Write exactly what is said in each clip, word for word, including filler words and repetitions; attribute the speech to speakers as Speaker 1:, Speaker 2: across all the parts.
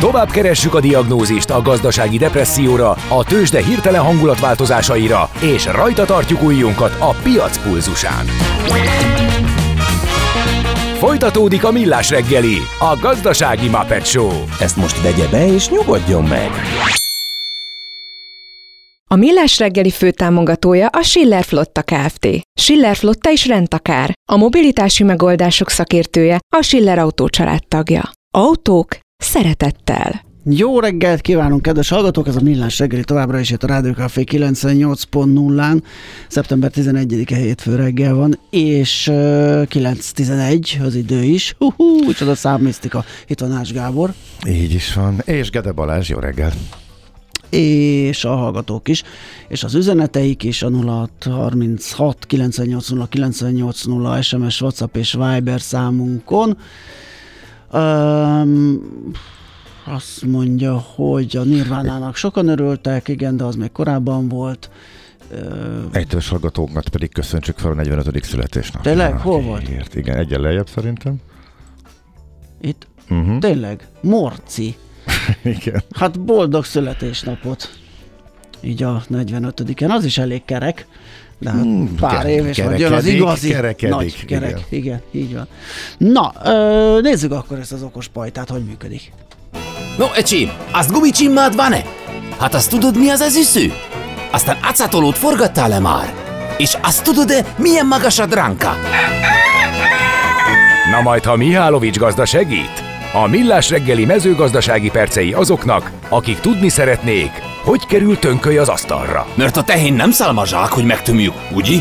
Speaker 1: Tovább keressük a diagnózist a gazdasági depresszióra, a tőzsde hirtelen hangulatváltozásaira, és rajta tartjuk ujjunkat a piac pulzusán. Folytatódik a Millás reggeli, a gazdasági Muppet Show.
Speaker 2: Ezt most vegye be és nyugodjon meg!
Speaker 3: A Millás reggeli főtámogatója a Schiller Flotta Kft. Schiller Flotta is rendtakár. A mobilitási megoldások szakértője, a Schiller Autó család tagja. Autók szeretettel.
Speaker 4: Jó reggelt kívánunk, kedves hallgatók! Ez a Millás reggeli továbbra is itt a Rádió Café kilencvennyolc pont nullán. szeptember tizenegyedike hétfő reggel van, és uh, kilenc tizenegy az idő is. Hú, csoda számmisztika. Itt van Ács Gábor.
Speaker 5: Így is van. És Gede Balázs, jó reggel!
Speaker 4: És a hallgatók is, és az üzeneteik is a nulla hat harminchat kilencvennyolc nulla kilencvennyolc nulla es em es, WhatsApp és Viber számunkon. Um, azt mondja, hogy a Nirvánának sokan örültek, igen, de az még korábban volt.
Speaker 5: Egytős hallgatóknak pedig köszöntsük fel a negyvenötödik születésnap.
Speaker 4: Tényleg? Hol volt?
Speaker 5: Ért. Igen, egyen lejjebb szerintem.
Speaker 4: Itt?
Speaker 5: Uh-huh.
Speaker 4: Tényleg? Morci.
Speaker 5: Igen.
Speaker 4: Hát boldog születésnapot. Így a negyvenötödiken. Az is elég kerek. De hát hmm, pár év és majd jön az igazi
Speaker 5: kerekedik,
Speaker 4: nagy kerek.
Speaker 5: igen.
Speaker 4: igen, így van. Na, ö, nézzük akkor ezt az okos pajtát, hogy működik.
Speaker 2: No, ecsi, azt gumicsimmád van-e? Hát azt tudod, mi az az üsző? Aztán acatolót forgattál-e már? És azt tudod-e, milyen magas a dránka?
Speaker 1: Na majd, ha Mihálovics gazda segít? A Millás reggeli mezőgazdasági percei azoknak, akik tudni szeretnék, hogy kerül tönköly az asztalra.
Speaker 2: Mert a tehén nem szálmazsák, hogy megtömjük, ugye?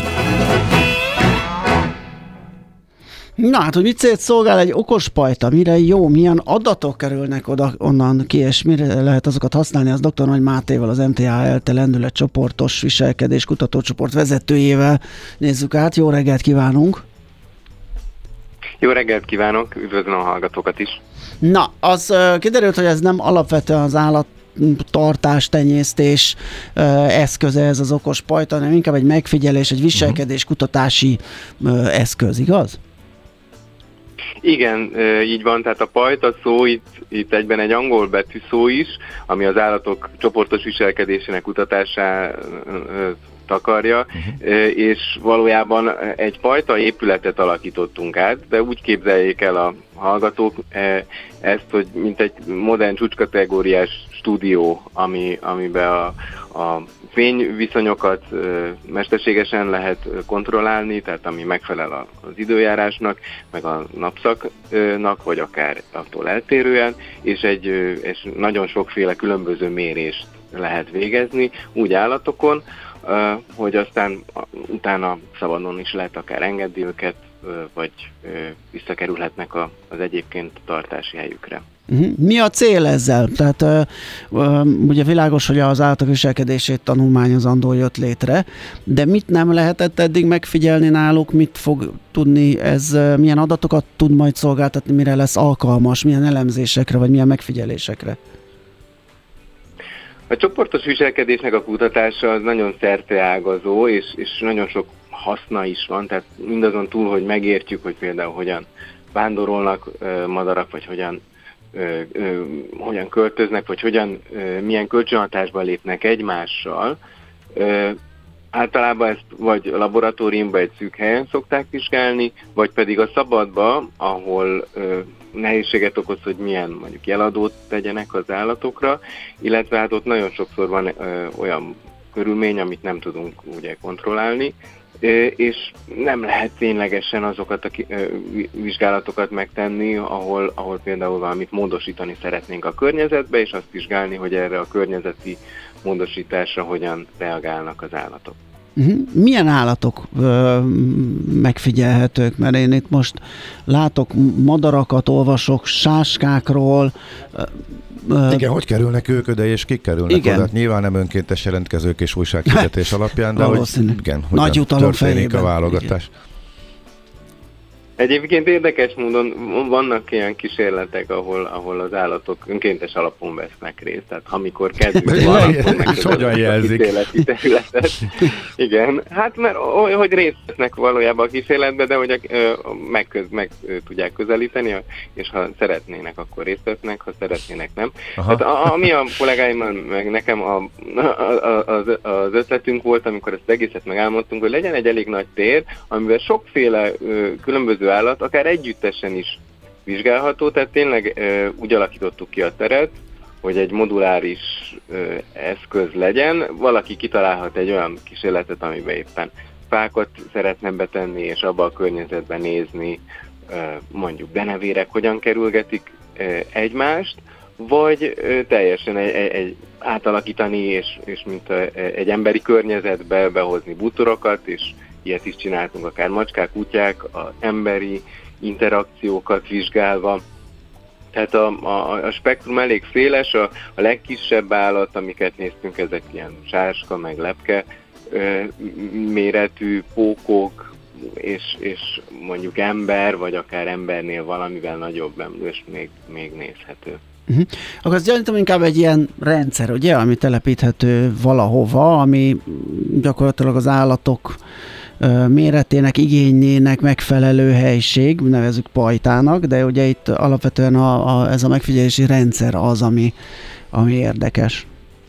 Speaker 4: Na hát, hogy mit célt szolgál egy okos pajta, mire jó, milyen adatok kerülnek oda, onnan ki, és mire lehet azokat használni, az dr. Nagy Mátéval, az em té há ELTE lendület csoportos viselkedés kutatócsoport vezetőjével nézzük át. Jó reggelt kívánunk!
Speaker 6: Jó reggelt kívánok, üdvözlöm a hallgatókat is!
Speaker 4: Na, az uh, kiderült, hogy ez nem alapvetően az állat tartás, tenyésztés uh, eszköze ez az okos pajta, hanem inkább egy megfigyelés, egy viselkedés kutatási uh, eszköz, igaz?
Speaker 6: Igen, így van, tehát a pajta szó itt, itt egyben egy angol betűszó is, ami az állatok csoportos viselkedésének kutatását takarja, uh-huh. és valójában egy pajta épületet alakítottunk át, de úgy képzeljék el a hallgatók ezt, hogy mint egy modern csúcskategóriás stúdió, ami, amiben a, a fényviszonyokat mesterségesen lehet kontrollálni, tehát ami megfelel az időjárásnak, meg a napszaknak, vagy akár attól eltérően, és, egy, és nagyon sokféle különböző mérést lehet végezni, úgy állatokon, hogy aztán utána szabadon is lehet akár engedni őket, vagy visszakerülhetnek az egyébként tartási helyükre.
Speaker 4: Mi a cél ezzel? Tehát ugye világos, hogy az állatok viselkedését tanulmányozandó jött létre, de mit nem lehetett eddig megfigyelni náluk, mit fog tudni ez, milyen adatokat tud majd szolgáltatni, mire lesz alkalmas, milyen elemzésekre, vagy milyen megfigyelésekre?
Speaker 6: A csoportos viselkedésnek a kutatása az nagyon szerteágazó, és, és nagyon sok haszna is van, tehát mindazon túl, hogy megértjük, hogy például hogyan vándorolnak ö, madarak, vagy hogyan, ö, ö, hogyan költöznek, vagy hogyan, ö, milyen kölcsönhatásba lépnek egymással. Ö, általában ezt vagy a laboratóriumban egy szűk helyen szokták vizsgálni, vagy pedig a szabadba, ahol ö, nehézséget okoz, hogy milyen mondjuk jeladót tegyenek az állatokra, illetve hát ott nagyon sokszor van ö, olyan körülmény, amit nem tudunk ugye kontrollálni, és nem lehet ténylegesen azokat a vizsgálatokat megtenni, ahol, ahol például valamit módosítani szeretnénk a környezetbe, és azt vizsgálni, hogy erre a környezeti módosításra hogyan reagálnak az állatok.
Speaker 4: Milyen állatok ö, megfigyelhetők? Mert én itt most látok madarakat, olvasok sáskákról.
Speaker 5: Ö, igen, hogy kerülnek ők oda, és kik kerülnek
Speaker 4: igen.
Speaker 5: oda? Nyilván nem önkéntes jelentkezők és újsághirdetés alapján, de hogy, igen,
Speaker 4: nagy
Speaker 5: hogyan történik fejében. A válogatás.
Speaker 6: Egyébként érdekes módon vannak ilyen kísérletek, ahol, ahol az állatok önkéntes alapon vesznek részt. Tehát amikor kezdünk valamikor megközelíteni a kísérleti területet. Igen, hát mert hogy részt vesznek valójában a kísérletbe, de hogy meg, meg tudják közelíteni, és ha szeretnének, akkor részt vesznek, ha szeretnének, nem. Tehát ami a kollégáimmal, meg nekem a, a, az, az ötletünk volt, amikor ezt egészet megálmodtunk, hogy legyen egy elég nagy tér, amivel sokféle különböző állat, akár együttesen is vizsgálható, tehát tényleg ö, úgy alakítottuk ki a teret, hogy egy moduláris ö, eszköz legyen, valaki kitalálhat egy olyan kísérletet, amiben éppen fákat szeretne betenni, és abban a környezetben nézni, ö, mondjuk denevérek hogyan kerülgetik ö, egymást, vagy ö, teljesen egy, egy, egy átalakítani, és, és mint a, egy emberi környezetbe behozni bútorokat, és ilyet is csináltunk, akár macskák, kutyák, az emberi interakciókat vizsgálva. Tehát a, a, a spektrum elég széles, a, a legkisebb állat, amiket néztünk, ezek ilyen sáska, meg lepke ö, méretű pókok, és, és mondjuk ember, vagy akár embernél valamivel nagyobb emlős még, még nézhető.
Speaker 4: Uh-huh. Akkor ez gyanítom inkább egy ilyen rendszer, ugye, ami telepíthető valahova, ami gyakorlatilag az állatok méretének, igényének megfelelő helység, nevezzük pajtának, de ugye itt alapvetően a, a, ez a megfigyelési rendszer az, ami, ami érdekes.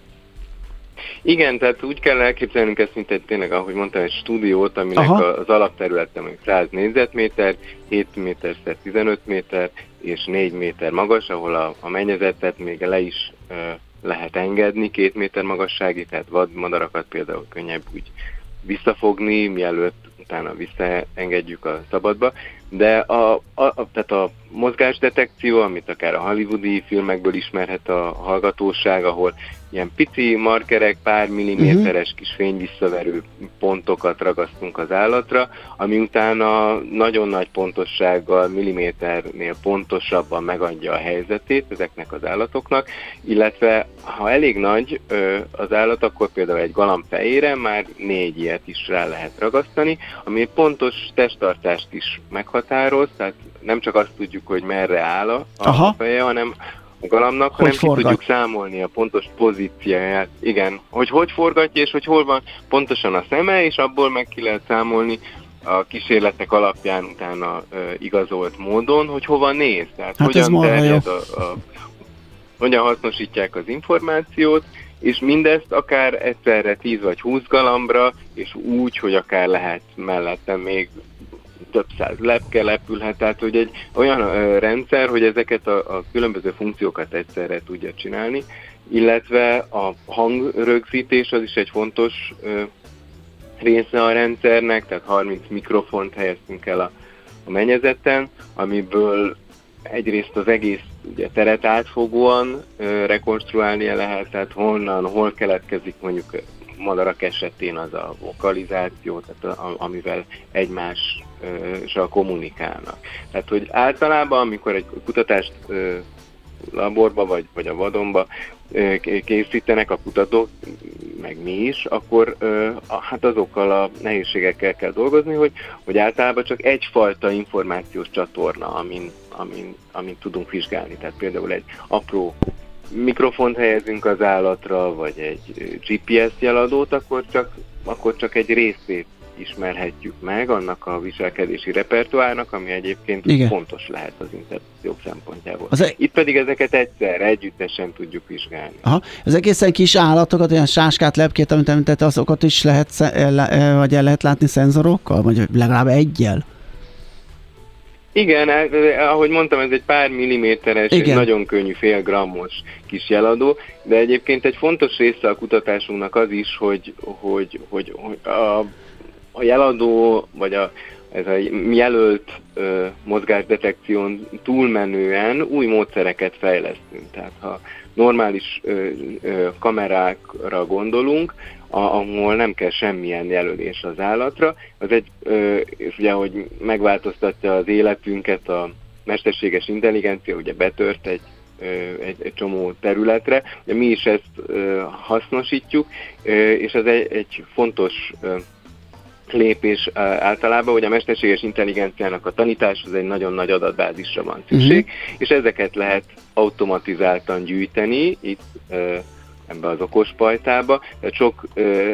Speaker 6: Igen, tehát úgy kell elképzelnünk ezt, mint egy tényleg, ahogy mondtam, egy stúdiót, aminek Aha. az alapterülete mondjuk száz négyzetméter, hét méter szer tizenöt méter és négy méter magas, ahol a, a mennyezetet még le is uh, lehet engedni, két méter magassági, tehát vadmadarakat például könnyebb úgy visszafogni, mielőtt utána visszaengedjük a szabadba, de a, a, a, tehát a mozgásdetekció, amit akár a hollywoodi filmekből ismerhet a hallgatóság, ahol ilyen pici markerek, pár milliméteres kis fényvisszaverő pontokat ragasztunk az állatra, ami utána nagyon nagy pontossággal, milliméternél pontosabban megadja a helyzetét ezeknek az állatoknak, illetve ha elég nagy az állat, akkor például egy galamb fejére már négy ilyet is rá lehet ragasztani, ami pontos testtartást is meghatároz, tehát nem csak azt tudjuk, hogy merre áll a, a feje, hanem a galambnak, hanem ki tudjuk számolni a pontos pozícióját. Igen, hogy hogy forgatja, és hogy hol van pontosan a szeme, és abból meg ki lehet számolni a kísérletek alapján utána uh, igazolt módon, hogy hova néz. Tehát hát hogyan terjed a, a, hogyan hasznosítják az információt, és mindezt akár egyszerre tíz vagy húsz galambra, és úgy, hogy akár lehet mellette még több száz lepke lepülhet, tehát hogy egy olyan ö, rendszer, hogy ezeket a, a különböző funkciókat egyszerre tudja csinálni, illetve a hangrögzítés az is egy fontos ö, része a rendszernek, tehát harminc mikrofont helyeztünk el a, a mennyezeten, amiből egyrészt az egész ugye, teret átfogóan ö, rekonstruálnia lehet, tehát honnan, hol keletkezik mondjuk madarak esetén az a vokalizáció, tehát a, amivel egymással kommunikálnak. Tehát, hogy általában, amikor egy kutatást ö, laborba vagy, vagy a vadonba ö, készítenek a kutatók, meg mi is, akkor ö, a, hát azokkal a nehézségekkel kell dolgozni, hogy, hogy általában csak egyfajta információs csatorna, amin, amin, amin tudunk vizsgálni. Tehát például egy apró mikrofont helyezünk az állatra, vagy egy gé pé es jeladót, akkor csak, akkor csak egy részét ismerhetjük meg annak a viselkedési repertoárnak, ami egyébként Igen. fontos lehet az interakciók szempontjából. Az Itt pedig ezeket egyszerre, együttesen tudjuk vizsgálni.
Speaker 4: Aha. Az egészen kis állatokat, olyan sáskát, lepkét, amit említette, azokat is lehet, vagy el lehet látni szenzorokkal, vagy legalább egyel?
Speaker 6: Igen, ahogy mondtam, ez egy pár milliméteres, egy nagyon könnyű fél grammos kis jeladó, de egyébként egy fontos része a kutatásunknak az is, hogy, hogy, hogy, hogy a, a jeladó, vagy a, ez a jelölt ö, mozgásdetekción túlmenően új módszereket fejlesztünk. Tehát ha normális ö, ö, kamerákra gondolunk, ahol nem kell semmilyen jelölés az állatra. Az egy, és ugye, hogy megváltoztatja az életünket a mesterséges intelligencia, ugye betört egy, egy, egy csomó területre, de mi is ezt hasznosítjuk, és ez egy, egy fontos lépés általában, hogy a mesterséges intelligenciának a tanításhoz egy nagyon nagy adatbázisra van szükség, uh-huh. és ezeket lehet automatizáltan gyűjteni itt ebbe az okospajtába, tehát sok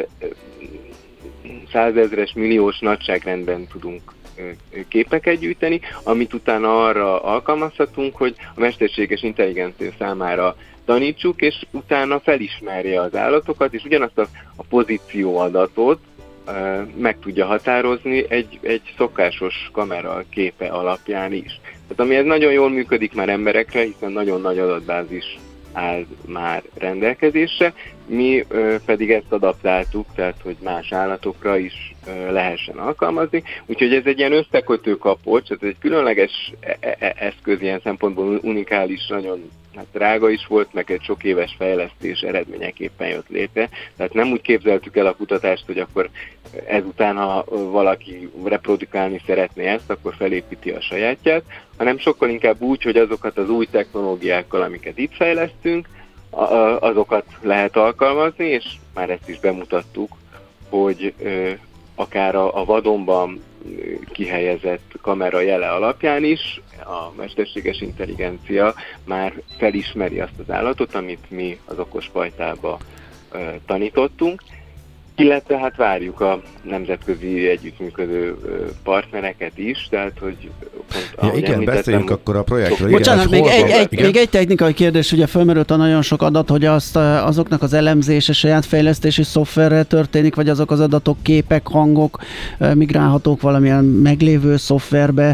Speaker 6: százezres, milliós nagyságrendben tudunk képeket gyűjteni, amit utána arra alkalmazhatunk, hogy a mesterséges intelligencia számára tanítsuk, és utána felismerje az állatokat, és ugyanazt a, a pozícióadatot e, meg tudja határozni egy, egy szokásos kamera képe alapján is. Tehát ami ez nagyon jól működik már emberekre, hiszen nagyon nagy adatbázis áll már rendelkezésre, mi ö, pedig ezt adaptáltuk, tehát hogy más állatokra is ö, lehessen alkalmazni, úgyhogy ez egy ilyen összekötő kapocs, tehát egy különleges e- e- eszköz, ilyen szempontból unikális, nagyon hát drága is volt, meg egy sok éves fejlesztés eredményeképpen jött létre, tehát nem úgy képzeltük el a kutatást, hogy akkor ezután, ha valaki reprodukálni szeretné ezt, akkor felépíti a sajátját, hanem sokkal inkább úgy, hogy azokat az új technológiákkal, amiket itt fejlesztünk, azokat lehet alkalmazni, és már ezt is bemutattuk, hogy akár a vadonban kihelyezett kamera jele alapján is a mesterséges intelligencia már felismeri azt az állatot, amit mi az okospajtába tanítottunk, illetve hát várjuk a nemzetközi együttműködő partnereket is, tehát hogy
Speaker 5: pont, ja, igen, beszéljünk akkor a projektről. Igen,
Speaker 4: bocsánat, még egy, egy,
Speaker 5: még
Speaker 4: egy technikai kérdés, ugye felmerült a nagyon sok adat, hogy azt, azoknak az elemzése saját fejlesztési szoftverrel történik, vagy azok az adatok, képek, hangok migrálhatók valamilyen meglévő szoftverbe.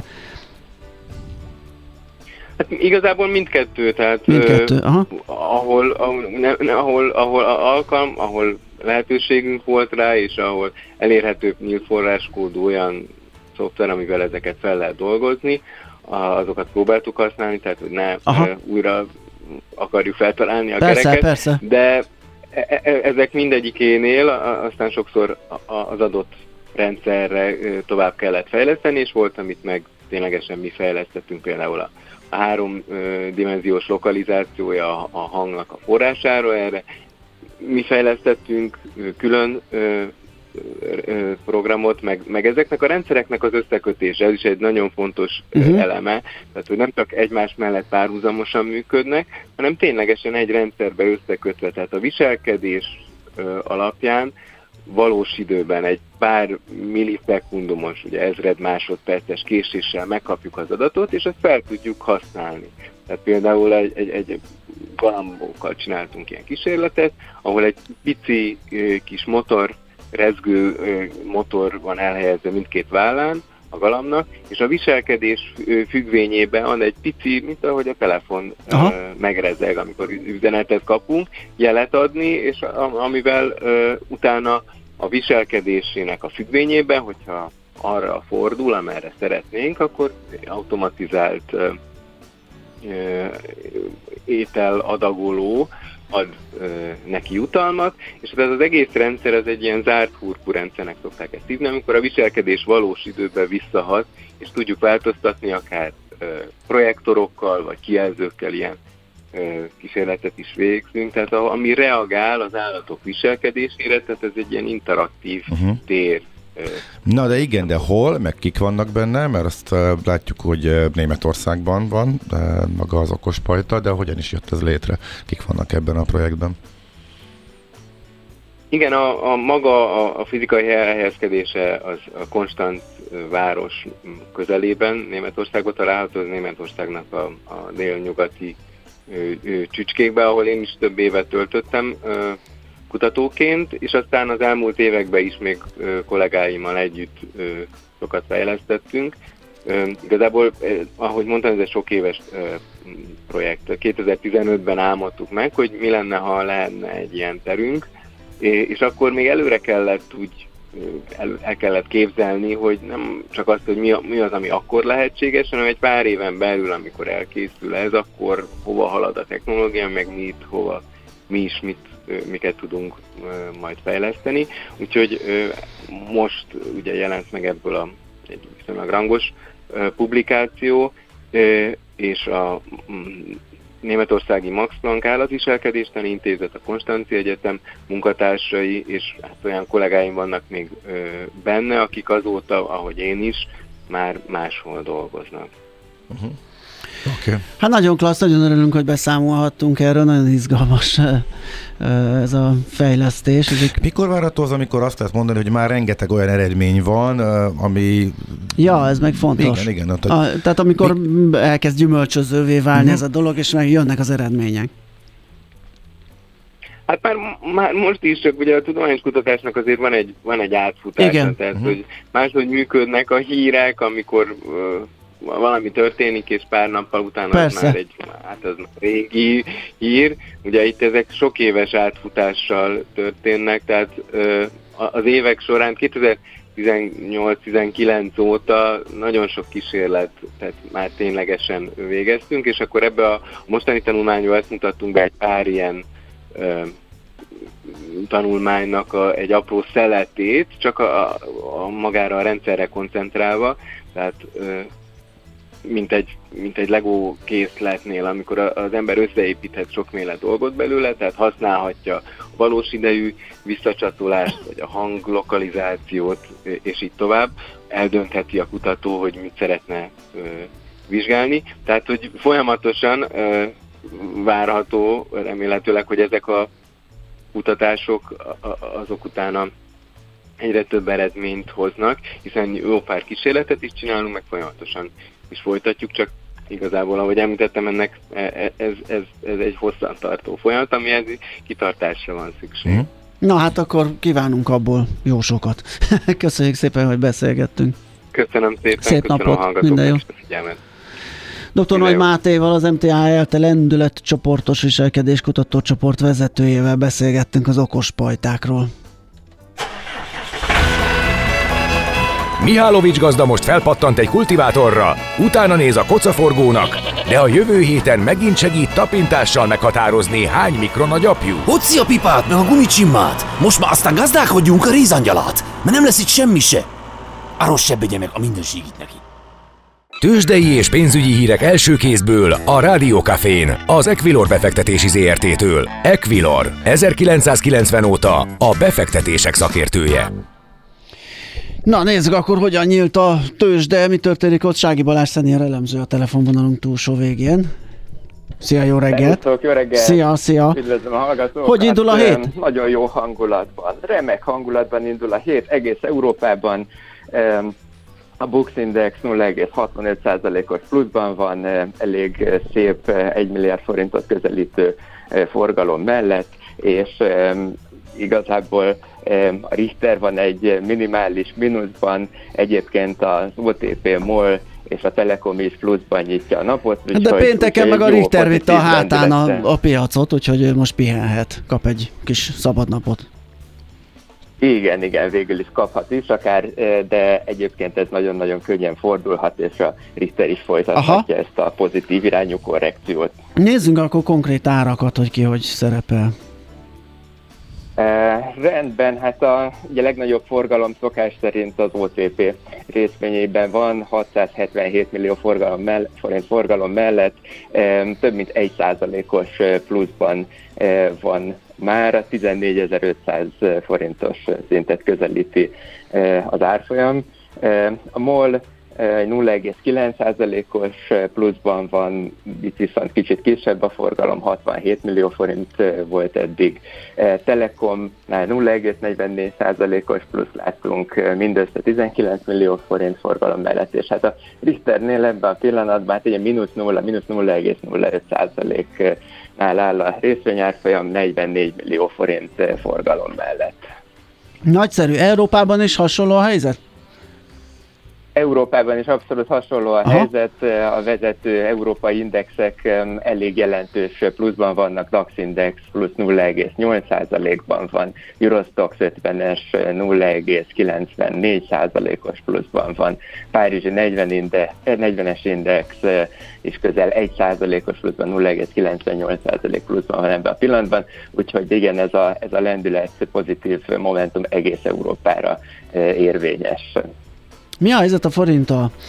Speaker 6: Hát igazából mindkettő, tehát
Speaker 4: mindkettő, aha.
Speaker 6: ahol, ahol, ne, ahol, ahol alkalm, ahol lehetőségünk volt rá, és ahol elérhető nyílt forráskódú olyan szoftver, amivel ezeket fel lehet dolgozni, azokat próbáltuk használni, tehát hogy ne Aha. újra akarjuk feltalálni a
Speaker 4: persze,
Speaker 6: kereket,
Speaker 4: persze.
Speaker 6: de ezek mindegyikénél aztán sokszor az adott rendszerre tovább kellett fejleszteni, és volt, amit meg ténylegesen mi fejlesztettünk, például a a háromdimenziós lokalizációja a hangnak a forrására erre. Mi fejlesztettünk külön ö, ö, programot, meg, meg ezeknek a rendszereknek az összekötése, ez is egy nagyon fontos uh-huh. eleme, tehát hogy nem csak egymás mellett párhuzamosan működnek, hanem ténylegesen egy rendszerbe összekötve, tehát a viselkedés ö, alapján valós időben egy pár millisekundumos, ugye ezred másodperces késéssel megkapjuk az adatot, és azt fel tudjuk használni. Tehát például egy, egy, egy galambókkal csináltunk ilyen kísérletet, ahol egy pici kis motor, rezgő motor van elhelyezve mindkét vállán a galambnak, és a viselkedés függvényében van egy pici, mint ahogy a telefon Aha. megrezeg, amikor üzenetet kapunk, jelet adni, és amivel utána a viselkedésének a függvényében, hogyha arra fordul, amerre szeretnénk, akkor automatizált ételadagoló ad neki jutalmat, és ez az egész rendszer, ez egy ilyen zárt hurkú rendszernek szokták ezt hívni, amikor a viselkedés valós időben visszahat, és tudjuk változtatni akár projektorokkal, vagy kijelzőkkel, ilyen kísérletet is végzünk, tehát ami reagál az állatok viselkedésére, tehát ez egy ilyen interaktív uh-huh. tér.
Speaker 5: Na de igen, de hol, meg kik vannak benne, mert azt látjuk, hogy Németországban van maga az okospajta, de hogyan is jött ez létre? Kik vannak ebben a projektben?
Speaker 6: Igen, a, a maga a, a fizikai elhelyezkedése az a Konstanz város közelében, Németországban található, az Németországnak a, a délnyugati csücskékbe, ahol én is több évet töltöttem kutatóként, és aztán az elmúlt években is még kollégáimmal együtt sokat fejlesztettünk. Igazából, ahogy mondtam, ez egy sok éves projekt. kétezer-tizenötben álmodtuk meg, hogy mi lenne, ha lenne egy ilyen terünk, és akkor még előre kellett úgy el, el kellett képzelni, hogy nem csak azt, hogy mi, mi az, ami akkor lehetséges, hanem egy pár éven belül, amikor elkészül ez, akkor hova halad a technológia, meg mi itt, hova, mi is mit, miket tudunk majd fejleszteni. Úgyhogy most ugye jelent meg ebből a, egy viszonylag rangos publikáció, és a németországi Max Planck Állatviselkedéstani Intézet, a Konstanci Egyetem munkatársai, és hát olyan kollégáim vannak még ö, benne, akik azóta, ahogy én is, már máshol dolgoznak.
Speaker 5: Uh-huh. Okay.
Speaker 4: Hát nagyon klassz, nagyon örülünk, hogy beszámolhattunk erről, nagyon izgalmas ez a fejlesztés. Ezek...
Speaker 5: Mikor várható az, amikor azt lehet mondani, hogy már rengeteg olyan eredmény van, ami...
Speaker 4: Ja, ez meg fontos.
Speaker 5: Igen, igen.
Speaker 4: Tehát, a, tehát amikor mi... elkezd gyümölcsözővé válni uh-huh. ez a dolog, és meg jönnek az eredmények.
Speaker 6: Hát már, már most is, csak ugye a tudományos kutatásnak azért van egy, van egy átfutása,
Speaker 4: igen.
Speaker 6: tehát
Speaker 5: uh-huh.
Speaker 6: hogy máshogy működnek a hírek, amikor uh, valami történik, és pár nappal utána
Speaker 4: Persze.
Speaker 6: az már egy, hát az régi hír. Ugye itt ezek sok éves átfutással történnek, tehát uh, az évek során kétezer-tizennyolc-tizenkilenc óta nagyon sok kísérlet, tehát már ténylegesen végeztünk, és akkor ebbe a mostani tanulmányban ezt mutattunk be egy pár ilyen tanulmánynak a, egy apró szeletét, csak a, a, a magára a rendszerre koncentrálva, tehát mint egy, mint egy Lego készletnél, amikor az ember összeépíthet sokféle dolgot belőle, tehát használhatja a valós idejű visszacsatolást, vagy a hanglokalizációt, és így tovább. Eldöntheti a kutató, hogy mit szeretne vizsgálni. Tehát, hogy folyamatosan várható remélhetőleg, hogy ezek a kutatások azok utána egyre több eredményt hoznak, hiszen jó pár kísérletet is csinálunk, meg folyamatosan is folytatjuk, csak igazából, ahogy említettem, ennek ez, ez, ez egy hosszantartó folyamat, amihez kitartásra van szükség. Mm.
Speaker 4: Na hát akkor kívánunk abból jó sokat. Köszönjük szépen, hogy beszélgettünk.
Speaker 6: Köszönöm szépen,
Speaker 4: szép
Speaker 6: köszönöm
Speaker 4: napot,
Speaker 6: a hallgatóknak
Speaker 4: minden jó.
Speaker 6: a figyelmet.
Speaker 4: doktor Nagy Mátéval, az em té há ELTE lendület csoportos viselkedés kutatócsoport vezetőjével beszélgettünk az okos pajtákról.
Speaker 1: Mihálovics gazda most felpattant egy kultivátorra, utána néz a kocaforgónak, de a jövő héten megint segít tapintással meghatározni, hány mikron a gyapjú.
Speaker 2: Hoci a pipát, meg a gumicsimmát! Most már aztán gazdálkodjunk a rézangyalát, mert nem lesz itt semmi se. Arról sebbegye meg a mindenségit neki.
Speaker 1: Tőzsdei és pénzügyi hírek első kézből a Rádiókafén, az Equilor befektetési zé er té-től. Equilor, ezerkilencszázkilencven óta a befektetések szakértője.
Speaker 4: Na nézzük akkor, hogyan nyílt a tőzsde, mi történik ott. Sági Balázs senior elemző a telefonvonalunk túlsó végén. Szia, jó reggelt!
Speaker 7: Szerusztok, jó reggelt!
Speaker 4: Szia, szia!
Speaker 7: Üdvözlöm a hallgatókat!
Speaker 4: Hogy indul a hét?
Speaker 7: Nagyon jó hangulatban, remek hangulatban indul a hét, egész Európában. A Bux Index nulla egész hatvanöt százalékos pluszban van, elég szép egy milliárd forintot közelítő forgalom mellett, és igazából a Richter van egy minimális mínuszban, egyébként az o té pé MOL és a Telekom is pluszban nyitja a napot.
Speaker 4: Úgy, de pénteken meg a Richter vitte a hátán a, a piacot, úgyhogy ő most pihenhet, kap egy kis szabadnapot.
Speaker 7: Igen, igen, végül is kaphat is akár, de egyébként ez nagyon-nagyon könnyen fordulhat, és a Richter is folytathatja Aha. ezt a pozitív irányú korrekciót.
Speaker 4: Nézzünk akkor konkrét árakat, hogy ki hogy szerepel.
Speaker 7: Uh, rendben, hát a ugye legnagyobb forgalom szokás szerint az o té pé részvényében van, hatszázhetvenhét millió forgalom mell- forint forgalom mellett um, több mint egy százalékos pluszban uh, van már, a tizennégyezer-ötszáz forintos szintet közelíti uh, az árfolyam. Uh, a MOL nulla egész kilenc százalékos pluszban van, itt viszont kicsit kisebb a forgalom, hatvanhét millió forint volt eddig. Telekomnál nulla egész negyvennégy százalékos plusz láttunk, mindössze tizenkilenc millió forint forgalom mellett, és hát a Richternél ebben a pillanatban hát ugye mínusz nulla, mínusz nulla egész nulla öt százaléknál áll a részvényárfolyam negyvennégy millió forint forgalom mellett.
Speaker 4: Nagyszerű. Európában is hasonló a helyzet?
Speaker 7: Európában is abszolút hasonló a Aha. helyzet, a vezető európai indexek elég jelentős pluszban vannak, DAX Index plusz nulla egész nyolc százalékban van, Eurostoxx ötvenes nulla egész kilencvennégy százalékos pluszban van, Párizsi negyven inde, negyvenes index is közel egy százalékos pluszban, nulla egész kilencvennyolc százalék pluszban van ebben a pillanatban, úgyhogy igen, ez a, ez a lendület, pozitív momentum egész Európára érvényes.
Speaker 4: Mi a helyzet a forinttal?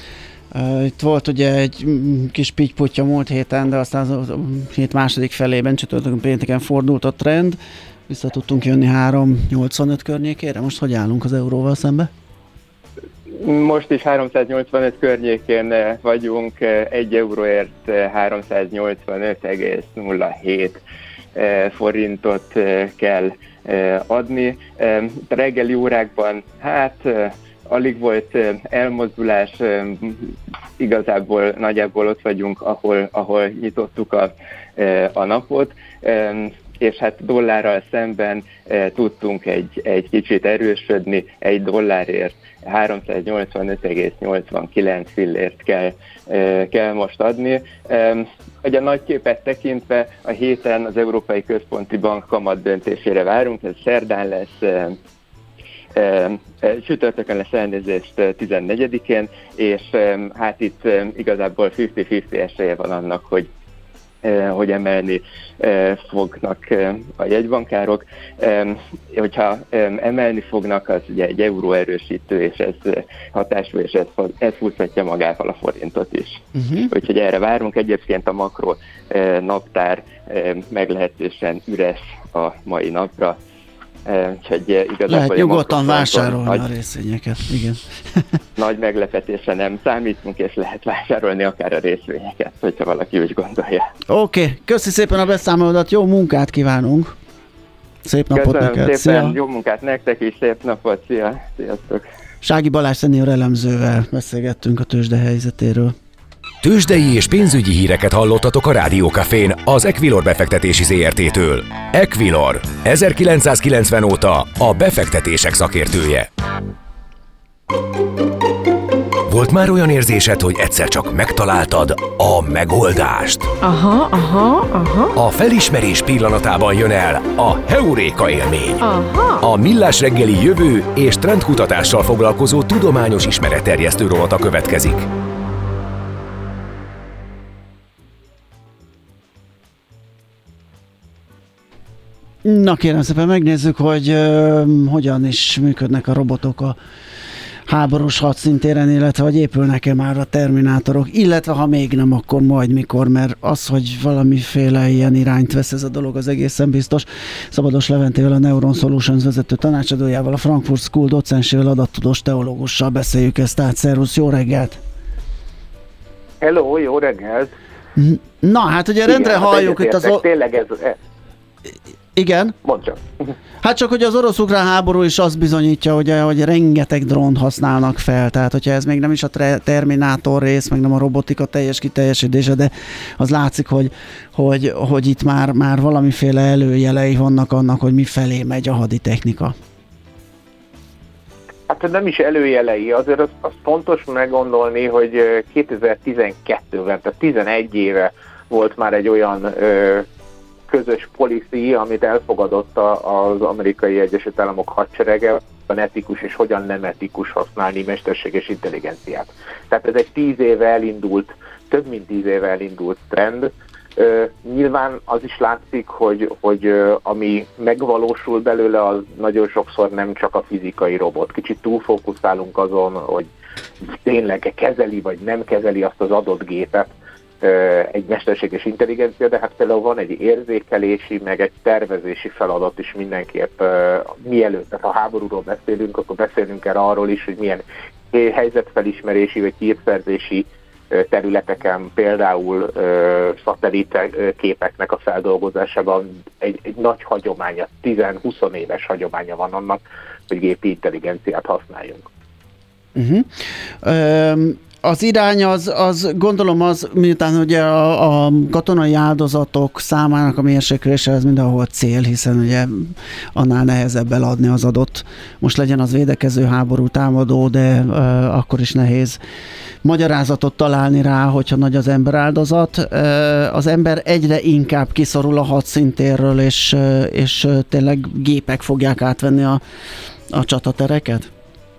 Speaker 4: Itt volt ugye egy kis pitty-putty múlt héten, de aztán a hét második felében csütörtökön pénteken fordult a trend. Vissza tudtunk jönni három nyolcvanöt környékére. Most hogy állunk az euróval szembe?
Speaker 7: Most is háromszáznyolcvanöt környékén vagyunk, egy euróért háromszáznyolcvanöt egész nulla hét forintot kell adni. A reggeli órákban hát alig volt elmozdulás, igazából nagyjából ott vagyunk, ahol, ahol nyitottuk a, a napot, és hát dollárral szemben tudtunk egy, egy kicsit erősödni, egy dollárért háromszáznyolcvanöt egész nyolcvankilenc fillért kell, kell most adni. Ugye a nagy képet tekintve a héten az Európai Központi Bank kamat döntésére várunk, ez szerdán lesz, csütörtökön lesz elnézést tizennegyedikén, és hát itt igazából fifty-fifty esélye van annak, hogy hogy emelni fognak a jegybankárok. Hogyha emelni fognak, az ugye egy euró erősítő, és ez hatású, és ez, ez húzhatja magával a forintot is. Uh-huh. Úgyhogy erre várunk. Egyébként a makro naptár meglehetősen üres a mai napra. Úgyhogy igazából
Speaker 4: lehet nyugodtan vásárolni nagy, a részvényeket, igen.
Speaker 7: Nagy meglepetésre nem számítunk, és lehet vásárolni akár a részvényeket, hogyha valaki úgy gondolja.
Speaker 4: Oké, okay. Köszi szépen a beszámolódat, jó munkát kívánunk! Szép napot
Speaker 7: Köszönöm
Speaker 4: neked!
Speaker 7: Szépen,
Speaker 4: szia.
Speaker 7: Jó munkát nektek is, szép napot, szia! Sziasztok!
Speaker 4: Sági Balázs szenior elemzővel beszélgettünk a tőzsde helyzetéről.
Speaker 1: Tőzsdei és pénzügyi híreket hallottatok a Rádió Cafén az Equilor befektetési zé er té-től. Equilor, ezerkilencszázkilencven óta a befektetések szakértője. Volt már olyan érzésed, hogy egyszer csak megtaláltad a megoldást?
Speaker 3: Aha, aha, aha.
Speaker 1: A felismerés pillanatában jön el a heuréka élmény.
Speaker 3: Aha.
Speaker 1: A Millás reggeli jövő és trendkutatással foglalkozó tudományos ismeretterjesztő rovata következik.
Speaker 4: Na kérem szépen megnézzük, hogy uh, hogyan is működnek a robotok a háborús hadszintéren, illetve hogy épülnek-e már a terminátorok, illetve ha még nem, akkor majd mikor, mert az, hogy valamiféle ilyen irányt vesz ez a dolog, az egészen biztos. Szabados Leventével, a Neuron Solutions vezető tanácsadójával, a Frankfurt School docensével, adattudós teológussal beszéljük ezt át. Szervusz, jó reggelt!
Speaker 8: Hello, jó reggelt!
Speaker 4: Na, hát ugye rendre
Speaker 8: igen,
Speaker 4: halljuk itt az... O-
Speaker 8: tényleg ez...
Speaker 4: Igen?
Speaker 8: Mondd csak.
Speaker 4: Hát csak, hogy az orosz-ukrán háború is azt bizonyítja, hogy, hogy rengeteg drónt használnak fel, tehát hogyha ez még nem is a tre- Terminátor rész, meg nem a robotika teljes kiteljesítése, de az látszik, hogy, hogy, hogy itt már, már valamiféle előjelei vannak annak, hogy mi felé megy a haditechnika.
Speaker 8: Hát nem is előjelei, azért az, az fontos meggondolni, hogy kétezer-tizenkettőben, tehát tizenegy éve volt már egy olyan ö, közös policy, amit elfogadott az Amerikai Egyesült Államok hadserege, hogyan etikus és hogyan nem etikus használni mesterséges intelligenciát. Tehát ez egy tíz éve elindult, több mint tíz éve elindult trend. Uh, nyilván az is látszik, hogy, hogy uh, ami megvalósul belőle, az nagyon sokszor nem csak a fizikai robot. Kicsit túlfókuszálunk azon, hogy tényleg kezeli vagy nem kezeli azt az adott gépet egy mesterséges intelligencia, de hát például van egy érzékelési, meg egy tervezési feladat is mindenképp. Mielőtt, tehát ha háborúról beszélünk, akkor beszélünk el arról is, hogy milyen helyzetfelismerési vagy hírszerzési területeken, például szatellit képeknek a feldolgozásában egy, egy nagy hagyománya, tíz-húsz éves hagyománya van annak, hogy gépi intelligenciát használjunk.
Speaker 4: Uh-huh. Um... Az irány az, az gondolom az, miután ugye a, a katonai áldozatok számának a mérséklése ez mindenhol cél, hiszen ugye annál nehezebb eladni az adott, most legyen az védekező háború, támadó, de uh, akkor is nehéz magyarázatot találni rá, hogyha nagy az emberáldozat. Uh, az ember egyre inkább kiszorul a hadszintérről, és, uh, és uh, tényleg gépek fogják átvenni a, a csatatereket?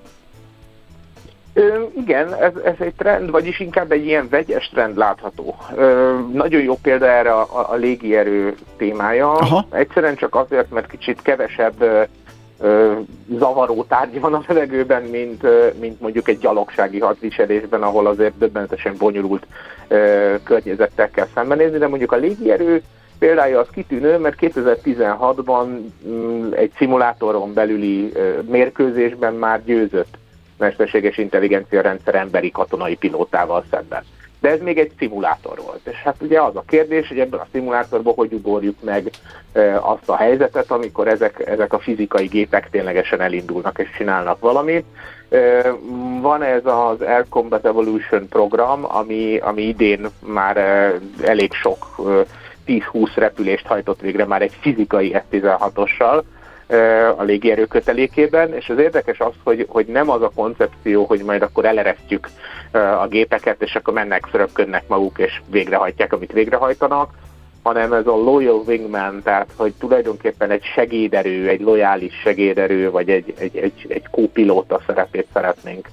Speaker 8: Ö, igen, ez, ez egy trend, vagyis inkább egy ilyen vegyes trend látható. Ö, nagyon jó példa erre a, a, a légierő témája. Aha. Egyszerűen csak azért, mert kicsit kevesebb ö, ö, zavaró tárgy van a levegőben, mint, ö, mint mondjuk egy gyalogsági hadviselésben, ahol azért döbbenetesen bonyolult ö, környezettel kell szembenézni, de mondjuk a légierő példája az kitűnő, mert kétezer-tizenhatban m, egy szimulátoron belüli ö, mérkőzésben már győzött mesterséges intelligencia rendszer emberi katonai pilótával szemben. De ez még egy szimulátor volt. És hát ugye az a kérdés, hogy ebben a szimulátorban hogy ugorjuk meg e, azt a helyzetet, amikor ezek, ezek a fizikai gépek ténylegesen elindulnak és csinálnak valamit. E, van ez az Air Combat Evolution program, ami, ami idén már e, elég sok e, tíz-húsz repülést hajtott végre már egy fizikai F tizenhatossal, a légierő kötelékében, és az érdekes az, hogy, hogy nem az a koncepció, hogy majd akkor eleresztjük a gépeket, és akkor mennek, szöröpködnek maguk, és végrehajtják, amit végrehajtanak, hanem ez a loyal wingman, tehát hogy tulajdonképpen egy segéderő, egy lojális segéderő, vagy egy, egy, egy, egy kópilóta szerepét szeretnénk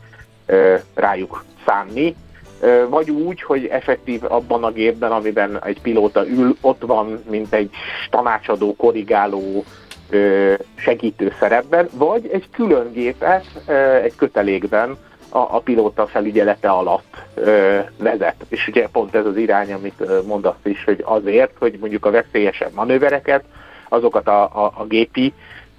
Speaker 8: rájuk szánni, vagy úgy, hogy effektív abban a gépben, amiben egy pilóta ül, ott van, mint egy tanácsadó, korrigáló, segítő szerepben, vagy egy külön gépet egy kötelékben a, a pilóta felügyelete alatt vezet. És ugye pont ez az irány, amit mondasz is, hogy azért, hogy mondjuk a veszélyesebb manővereket, azokat a, a, a gépi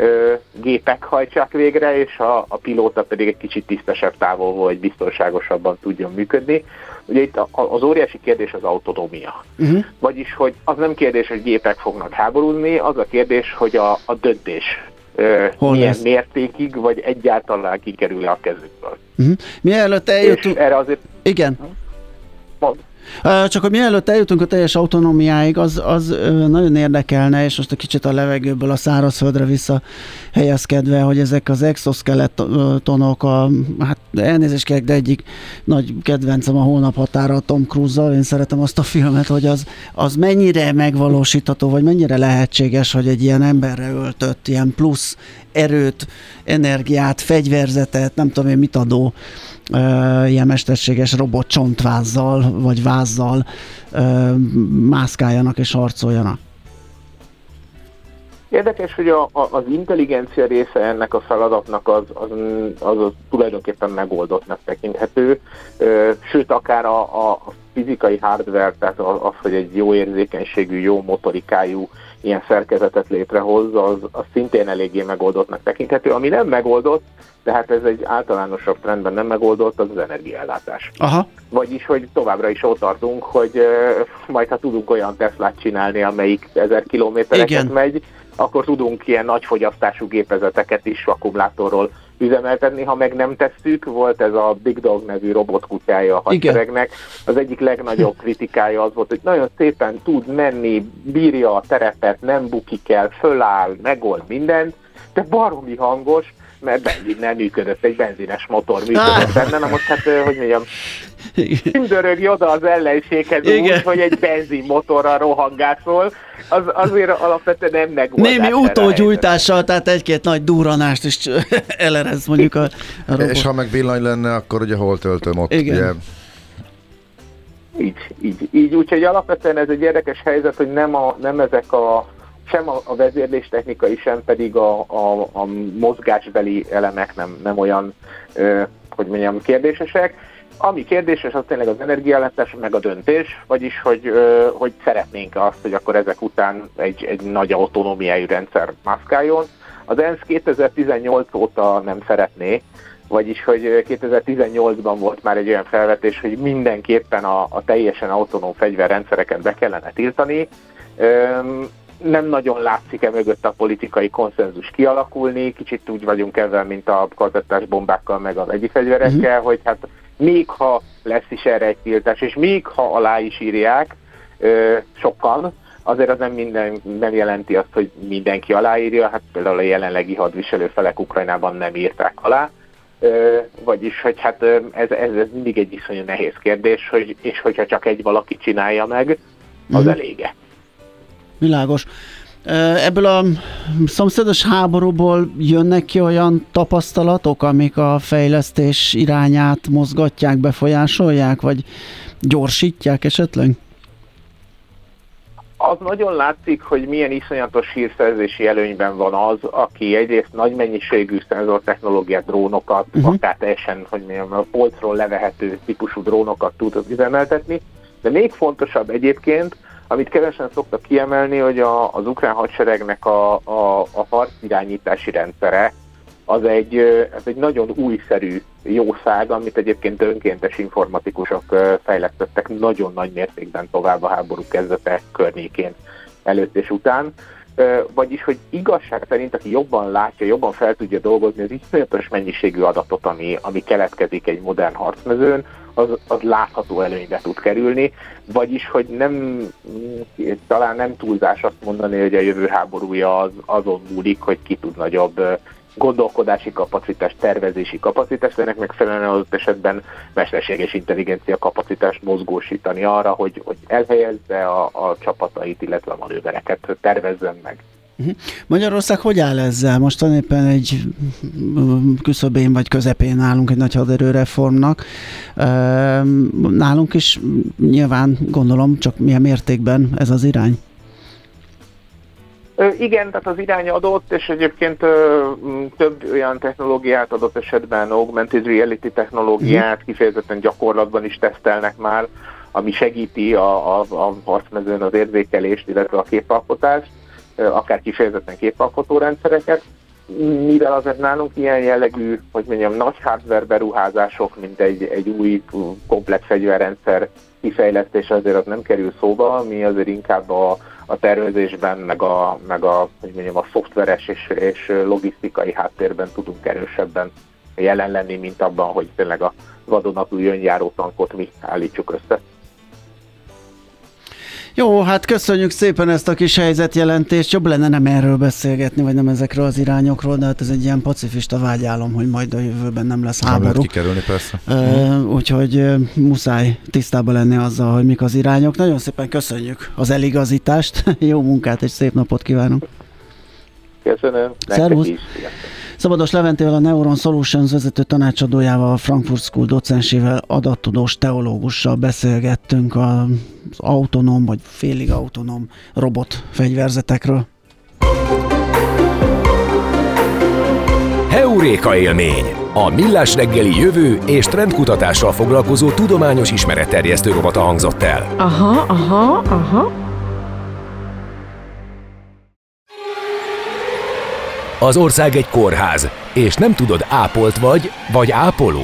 Speaker 8: gépek hajtsák végre, és a, a pilóta pedig egy kicsit tisztesebb távolból, vagy biztonságosabban tudjon működni. Ugye itt az óriási kérdés az autonómia. Uh-huh. Vagyis, hogy az nem kérdés, hogy gépek fognak háborúzni, az a kérdés, hogy a, a döntés uh, milyen lesz? Mértékig, vagy egyáltalán kikerül-e a kezükből. Uh-huh.
Speaker 4: Mielőtt eljutunk...
Speaker 8: erre azért...
Speaker 4: Igen.
Speaker 8: Mond.
Speaker 4: Csak hogy mielőtt eljutunk a teljes autonómiáig, az, az nagyon érdekelne, és most egy kicsit a levegőből a szárazföldre visszahelyezkedve, hogy ezek az exoskeletonok, a, hát elnézést kérek, de egyik nagy kedvencem a Hónap határa Tom Cruise-zal, én szeretem azt a filmet, hogy az, az mennyire megvalósítható, vagy mennyire lehetséges, hogy egy ilyen emberre öltött, ilyen plusz erőt, energiát, fegyverzetet, nem tudom én mit adó, Uh, ilyen mesterséges robot csontvázzal, vagy vázzal uh, mászkáljanak és harcoljanak.
Speaker 8: Érdekes, hogy a, a, az intelligencia része ennek a feladatnak az, az, az, az tulajdonképpen megoldottnak tekinthető, uh, sőt akár a, a fizikai hardware, tehát az, hogy egy jó érzékenységű, jó motorikájú ilyen szerkezetet létrehoz, az, az szintén eléggé megoldottnak tekinthető. Ami nem megoldott, de hát ez egy általánosabb trendben nem megoldott, az az energiaellátás. Aha. Vagyis, hogy továbbra is ott tartunk, hogy uh, majd ha tudunk olyan Teslát csinálni, amelyik ezer kilométereket megy, akkor tudunk ilyen nagy fogyasztású gépezeteket is akkumulátorról üzemeltetni, ha meg nem tesszük. Volt ez a Big Dog nevű robotkutyája a hadseregnek. Az egyik legnagyobb kritikája az volt, hogy nagyon szépen tud menni, bírja a terepet, nem bukik el, föláll, megold mindent, de baromi hangos, mert benzin nem működött, egy benzines motor működött benne. Na most hát, hogy mondjam, tündörög oda az ellenséghez úgy, hogy egy benzinmotorral rohangászol, az azért alapvetően nem megoldás.
Speaker 4: Némi utógyújtással, tehát egy-két nagy durranást is elerez mondjuk a, a robot.
Speaker 5: És ha meg villany lenne, akkor ugye hol töltöm ott?
Speaker 4: Igen.
Speaker 5: Ugye?
Speaker 8: Így, így, így. Úgyhogy alapvetően ez egy érdekes helyzet, hogy nem, a, nem ezek a sem a, a vezérléstechnikai, sem pedig a, a, a mozgásbeli elemek nem, nem olyan, ö, hogy mondjam, kérdésesek. Ami kérdéses, az tényleg az energiaellátás, meg a döntés, vagyis, hogy, ö, hogy szeretnénk azt, hogy akkor ezek után egy, egy nagy autonómiájú rendszer mászkáljon. Az ENSZ kétezer-tizennyolc óta nem szeretné, vagyis, hogy kétezer-tizennyolcban volt már egy olyan felvetés, hogy mindenképpen a, a teljesen autonóm fegyverrendszereket be kellene tiltani. Ö, nem nagyon látszik e mögött a politikai konszenzus kialakulni, kicsit úgy vagyunk ezzel, mint a kazettás bombákkal, meg a vegyi fegyverekkel, uh-huh. hogy hát még ha lesz is erre egy tiltás, és még ha alá is írják ö, sokan, azért az nem, minden, nem jelenti azt, hogy mindenki aláírja, hát például a jelenlegi hadviselő felek Ukrajnában nem írták alá, ö, vagyis, hogy hát ez, ez, ez mindig egy iszonyú nehéz kérdés, hogy, és hogyha csak egy valaki csinálja meg, az uh-huh. elége.
Speaker 4: Világos. Ebből a szomszédos háborúból jönnek ki olyan tapasztalatok, amik a fejlesztés irányát mozgatják, befolyásolják, vagy gyorsítják esetleg?
Speaker 8: az nagyon látszik, hogy milyen iszonyatos hírszerzési előnyben van az, aki egyrészt nagy mennyiségű szenzortechnológiát, drónokat, uh-huh. akár teljesen, hogy mondjam, a polcról levehető típusú drónokat tud üzemeltetni, de még fontosabb egyébként, amit kevesen szoktak kiemelni, hogy a, az ukrán hadseregnek a, a, a harcirányítási rendszere, az egy, ez egy nagyon újszerű jószág, amit egyébként önkéntes informatikusok fejlesztettek nagyon nagy mértékben tovább a háború kezdete környékén előtt és után. Vagyis, hogy igazság szerint, aki jobban látja, jobban fel tudja dolgozni az iszonyatos mennyiségű adatot, ami, ami keletkezik egy modern harcmezőn, az, az látható előnybe tud kerülni. Vagyis, hogy nem, talán nem túlzás azt mondani, hogy a jövő háborúja az, azon múlik, hogy ki tud nagyobb gondolkodási kapacitás, tervezési kapacitás, de ennek megfelelően az esetben mesterséges intelligencia kapacitást mozgósítani arra, hogy, hogy elhelyezze a, a csapatait, illetve a manővereket tervezzen meg.
Speaker 4: Magyarország hogy áll ezzel? Mostan éppen egy küszöbén vagy közepén állunk egy nagy haderőreformnak. Nálunk is nyilván gondolom, csak milyen mértékben ez az irány?
Speaker 8: Igen, tehát az irány adott, és egyébként több olyan technológiát adott esetben, augmented reality technológiát kifejezetten gyakorlatban is tesztelnek már, ami segíti a, a, a harcmezőn az érzékelést, illetve a képalkotást, akár kifejezetten képalkotó rendszereket. Mivel azért nálunk ilyen jellegű, hogy mondjam, nagy hardware beruházások, mint egy, egy új komplex fegyverrendszer kifejlesztése azért az nem kerül szóba, mi azért inkább a a tervezésben, meg a, meg a, hogy mondjam, a szoftveres és, és logisztikai háttérben tudunk erősebben jelen lenni, mint abban, hogy tényleg a vadonatúj önjáró tankot mi állítsuk össze.
Speaker 4: Jó, hát köszönjük szépen ezt a kis helyzetjelentést. Jobb lenne nem erről beszélgetni, vagy nem ezekről az irányokról, de hát ez egy ilyen pacifista vágyálom, hogy majd a jövőben nem lesz háború.
Speaker 5: Nem lehet kikerülni, persze.
Speaker 4: Uh, úgyhogy uh, muszáj tisztában lenni azzal, hogy mik az irányok. Nagyon szépen köszönjük az eligazítást. Jó munkát és szép napot kívánunk.
Speaker 8: Köszönöm.
Speaker 4: Szervusz. Szabados Leventével, a Neuron Solutions vezető tanácsadójával, a Frankfurt School docensével, adattudós teológussal beszélgettünk az autonóm vagy félig autonóm robot fegyverzetekről.
Speaker 1: Heuréka élmény! A Millás reggeli jövő és trendkutatással foglalkozó tudományos ismeretterjesztő rovata hangzott el.
Speaker 3: Aha, aha, aha.
Speaker 1: Az ország egy kórház, és nem tudod, ápolt vagy, vagy ápoló.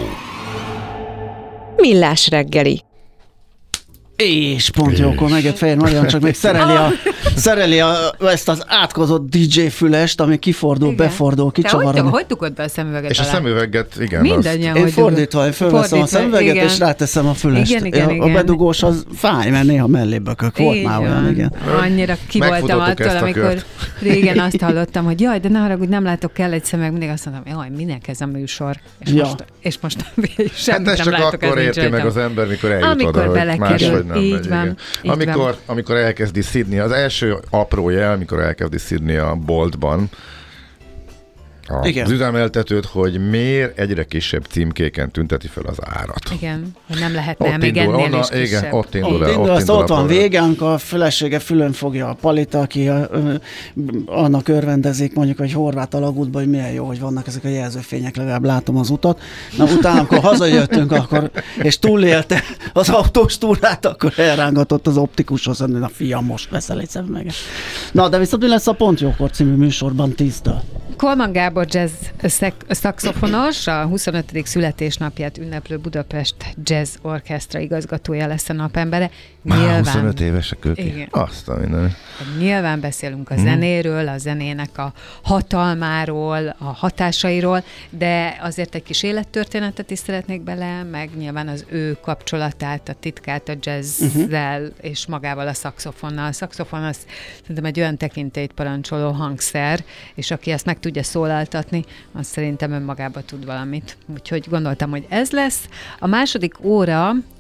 Speaker 3: Millás reggeli.
Speaker 4: És pont jókor megjött Fehér Marian, csak még szereli, a, szereli a, ezt az átkozott dé dzsé fülest, ami kifordul, igen. befordul, kicsavarod.
Speaker 9: Hogy, hogy dugod be a szemüveget
Speaker 5: És
Speaker 9: alá?
Speaker 5: a szemüveget, igen.
Speaker 9: Mindannyian,
Speaker 4: én fordítva, én fölveszem a szemüveget, igen. és ráteszem a fülest.
Speaker 9: Igen, igen,
Speaker 4: a,
Speaker 9: igen.
Speaker 4: a bedugós az fáj, mert néha mellé bökök. Volt már olyan, igen.
Speaker 9: Annyira ki voltam attól, amikor régen azt hallottam, hogy jaj, de ne haragudj, nem látok, kell egy szemüveg, mindig azt mondtam, jaj, minek ez a műsor? És
Speaker 4: ja.
Speaker 9: most, és most sem,
Speaker 5: hát
Speaker 9: nem
Speaker 5: csak
Speaker 9: látok,
Speaker 5: akkor érti meg az ember, mikor eljut
Speaker 9: amikor
Speaker 5: oda, hogy máshogy nem megy.
Speaker 9: Van,
Speaker 5: amikor, amikor elkezdi szidni, az első apró jel, amikor elkezdi szidni a boltban a, az üzemeltetőt, hogy miért egyre kisebb címkéken tünteti fel az árat.
Speaker 9: Igen, hogy nem lehetne
Speaker 5: ott
Speaker 9: még
Speaker 5: indul,
Speaker 9: ennél
Speaker 5: onna,
Speaker 9: is kisebb.
Speaker 5: Igen, ott indul
Speaker 4: Ott,
Speaker 5: el.
Speaker 4: indul,
Speaker 5: Ott,
Speaker 4: azt
Speaker 5: indul
Speaker 4: ott van
Speaker 5: vége,
Speaker 4: vége, amikor a felesége fülön fogja a palita, aki a, ö, annak örvendezik, mondjuk, hogy horvát alagútban, hogy milyen jó, hogy vannak ezek a jelzőfények, legalább látom az utat. Na utána, amikor hazajöttünk, akkor, és túlélte az autós túrát, akkor elrángatott az optikushoz, hogy na fiam, most veszel egy szemüveget. Na, de viszont mi lesz a Pont Jókor című műsorban tíztől?
Speaker 9: Kolman Gábor jazz szaxofonos, a huszonötödik születésnapját ünneplő Budapest Jazz Orchestra igazgatója lesz a napembere.
Speaker 5: Nyilván, huszonöt évesek ők. Igen. Azt a minden.
Speaker 9: Nyilván beszélünk a zenéről, a zenének a hatalmáról, a hatásairól, de azért egy kis élettörténetet is szeretnék bele, meg nyilván az ő kapcsolatát, a titkát a jazzzel uh-huh. és magával a szaxofonnal. A szaxofon az szerintem egy olyan tekintélyt parancsoló hangszer, és aki ezt meg tudja szólaltatni, az szerintem önmagába tud valamit. Úgyhogy gondoltam, hogy ez lesz. A második óra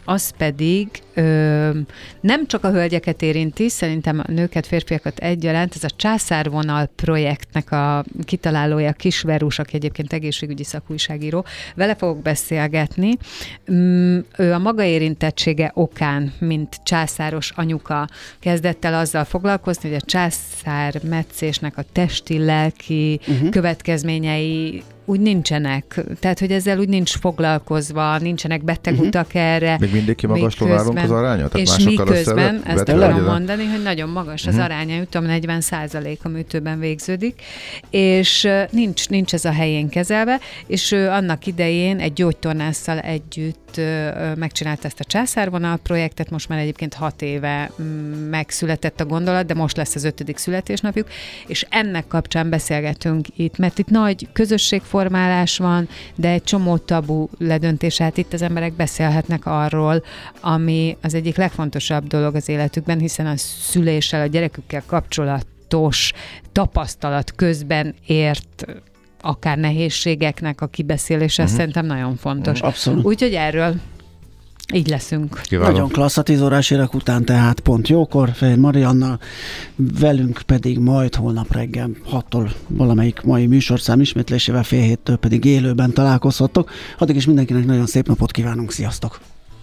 Speaker 9: az pedig ö, nem csak a hölgyeket érinti, szerintem a nőket, férfiakat egyaránt, ez a Császárvonal projektnek a kitalálója Kisverus, aki egyébként egészségügyi szakújságíró, vele fogok beszélgetni. Ő a maga érintettsége okán, mint császáros anyuka kezdett el azzal foglalkozni, hogy a császármetszésnek a testi, lelki uh-huh. következményei úgy nincsenek. Tehát, hogy ezzel úgy nincs foglalkozva, nincsenek betegutak uh-huh. erre.
Speaker 5: Még mindig kimagasló nálunk az aránya?
Speaker 9: Tehát és miközben, ezt akarom mondani, hogy nagyon magas az uh-huh. aránya, tudom, negyven százalék a műtőben végződik, és nincs, nincs ez a helyén kezelve, és ő annak idején egy gyógytornásszal együtt megcsinálta ezt a Császárvonal projektet, most már egyébként hat éve megszületett a gondolat, de most lesz az ötödik születésnapjuk, és ennek kapcsán beszélgetünk itt, mert itt nagy közösségformálás van, de egy csomó tabu ledöntés, hát itt az emberek beszélhetnek arról, ami az egyik legfontosabb dolog az életükben, hiszen a szüléssel, a gyerekükkel kapcsolatos tapasztalat közben ért akár nehézségeknek a kibeszélése, uh-huh. szerintem nagyon fontos.
Speaker 4: Abszolút.
Speaker 9: Úgyhogy erről így leszünk.
Speaker 5: Kiváló.
Speaker 4: Nagyon klassz, a tíz órás érek után, tehát pont jókor, Fehér Mariannal, velünk pedig majd holnap reggel hattól valamelyik mai műsorszám ismétlésével, fél héttől pedig élőben találkozhattok. Addig is mindenkinek nagyon szép napot kívánunk, sziasztok!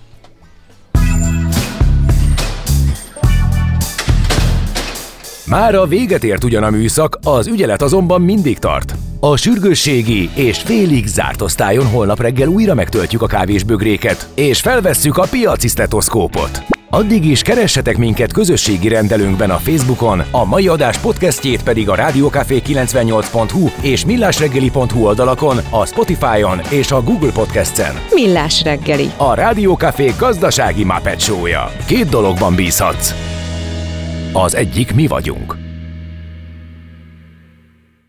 Speaker 1: Mára véget ért ugyan a műszak, az ügyelet azonban mindig tart. A sürgősségi és félig zárt osztályon holnap reggel újra megtöltjük a kávésbögréket, és felvesszük a piaci sztetoszkópot. Addig is keressetek minket közösségi rendelőnkben a Facebookon, a mai adás podcastjét pedig a rádiókafé kilencvennyolc pont hu és millásreggeli pont hu oldalakon, a Spotify-on és a Google Podcast-en.
Speaker 3: Millás reggeli.
Speaker 1: A Rádiókafé gazdasági Muppet Show-ja. Két dologban bízhatsz. Az egyik mi vagyunk.